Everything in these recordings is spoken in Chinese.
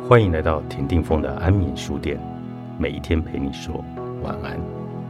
欢迎来到田定峰的安眠书店，每一天陪你说晚安。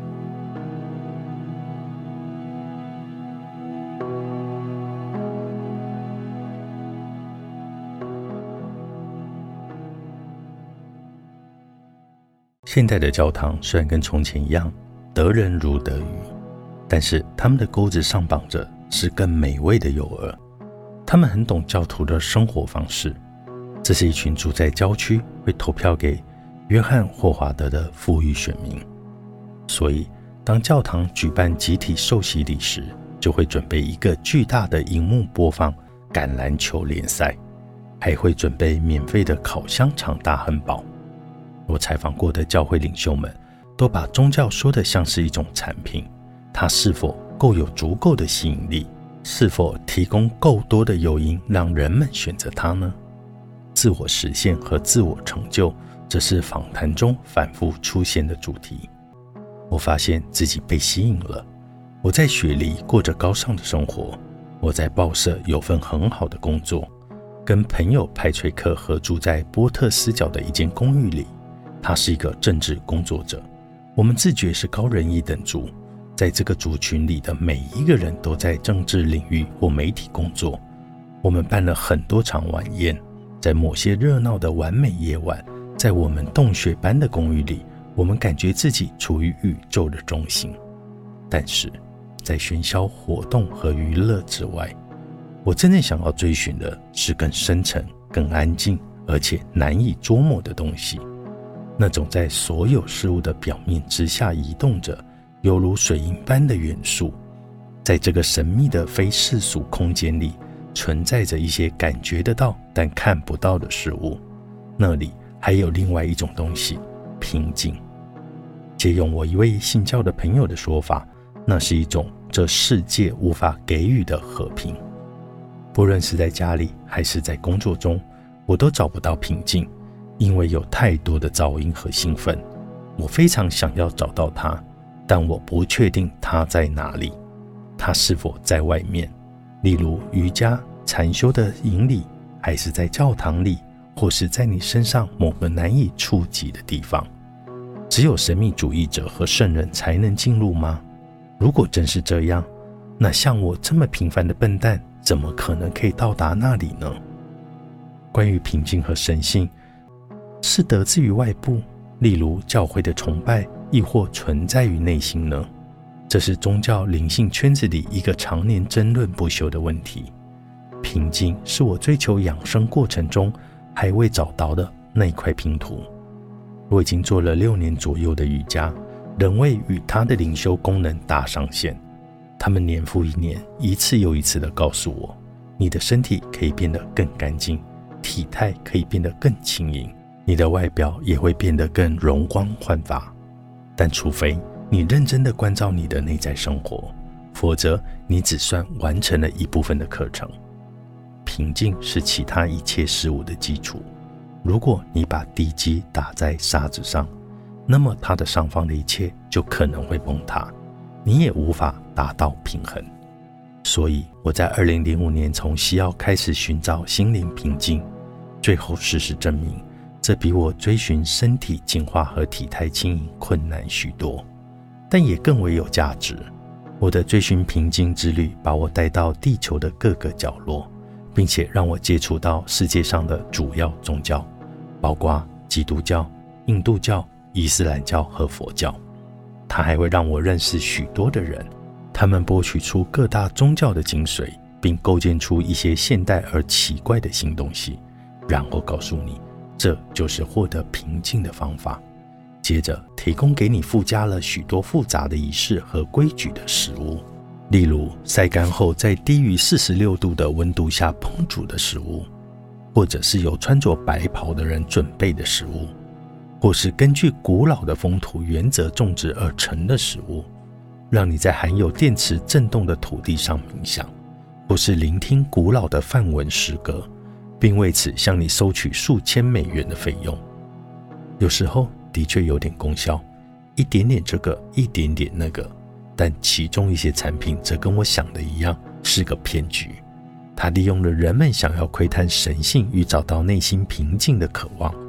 现代的教堂虽然跟从前一样得人如得鱼，但是他们的钩子上绑着是更美味的诱饵。他们很懂教徒的生活方式，这是一群住在郊区会投票给约翰霍华德的富裕选民。所以当教堂举办集体受洗礼时，就会准备一个巨大的荧幕播放橄榄球联赛，还会准备免费的烤香肠大汉堡。我采访过的教会领袖们都把宗教说得像是一种产品，它是否够有足够的吸引力，是否提供够多的诱因让人们选择它呢？自我实现和自我成就，这是访谈中反复出现的主题。我发现自己被吸引了。我在雪梨过着高尚的生活，我在报社有份很好的工作，跟朋友派崔克合住在波特斯角的一间公寓里。他是一个政治工作者，我们自觉是高人一等族，在这个族群里的每一个人都在政治领域或媒体工作。我们办了很多场晚宴，在某些热闹的完美夜晚，在我们洞穴般的公寓里，我们感觉自己处于宇宙的中心。但是在喧嚣活动和娱乐之外，我真正想要追寻的是更深沉、更安静，而且难以捉摸的东西。那种在所有事物的表面之下移动着，犹如水银般的元素。在这个神秘的非世俗空间里，存在着一些感觉得到但看不到的事物。那里还有另外一种东西，平静。借用我一位信教的朋友的说法，那是一种这世界无法给予的和平。不论是在家里还是在工作中，我都找不到平静，因为有太多的噪音和兴奋。我非常想要找到它，但我不确定它在哪里。它是否在外面，例如瑜伽、禅修的营里，还是在教堂里，或是在你身上某个难以触及的地方？只有神秘主义者和圣人才能进入吗？如果真是这样，那像我这么平凡的笨蛋，怎么可能可以到达那里呢？关于平静和神性，是得自于外部，例如教会的崇拜，亦或存在于内心呢？这是宗教灵性圈子里一个常年争论不休的问题。平静是我追求养生过程中还未找到的那一块拼图。我已经做了6年左右的瑜伽，仍未与它的灵修功能搭上线。他们年复一年，一次又一次地告诉我，你的身体可以变得更干净，体态可以变得更轻盈，你的外表也会变得更容光焕发。但除非你认真地关照你的内在生活，否则你只算完成了一部分的课程。平静是其他一切事物的基础。如果你把地基打在沙子上，那么它的上方的一切就可能会崩塌，你也无法达到平衡。所以我在2005年从西澳开始寻找心灵平静，最后事实证明，这比我追寻身体净化和体态轻盈困难许多，但也更为有价值。我的追寻平静之旅把我带到地球的各个角落，并且让我接触到世界上的主要宗教，包括基督教、印度教、伊斯兰教和佛教。它还会让我认识许多的人，他们剥取出各大宗教的精髓，并构建出一些现代而奇怪的新东西，然后告诉你，这就是获得平静的方法。接着提供给你附加了许多复杂的仪式和规矩的食物，例如晒干后在低于46度的温度下烹煮的食物，或者是由穿着白袍的人准备的食物，或是根据古老的风土原则种植而成的食物，让你在含有电池震动的土地上冥想，或是聆听古老的梵文诗歌，并为此向你收取数千美元的费用。有时候的确有点功效，一点点这个，一点点那个，但其中一些产品则跟我想的一样，是个骗局。它利用了人们想要窥探神性与找到内心平静的渴望，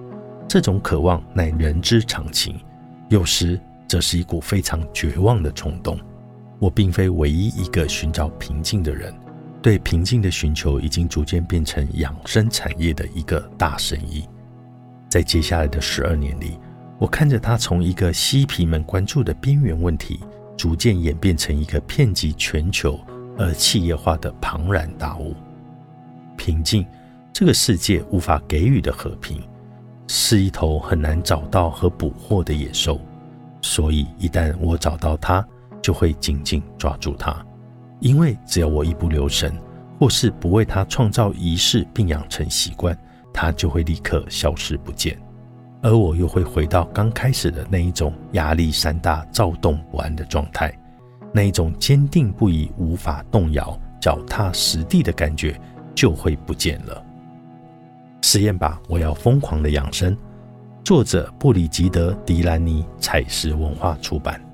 这种渴望乃人之常情，有时这是一股非常绝望的冲动。我并非唯一一个寻找平静的人，对平静的寻求已经逐渐变成养生产业的一个大生意。在接下来的12年里，我看着它从一个嬉皮们关注的边缘问题，逐渐演变成一个遍及全球而企业化的庞然大物。平静，这个世界无法给予的和平，是一头很难找到和捕获的野兽，所以一旦我找到它，就会紧紧抓住它，因为只要我一不留神，或是不为它创造仪式并养成习惯，它就会立刻消失不见，而我又会回到刚开始的那一种压力山大、躁动不安的状态，那一种坚定不移、无法动摇、脚踏实地的感觉就会不见了。实验吧，我要疯狂的养生。作者布里吉德·迪兰尼，采石文化出版。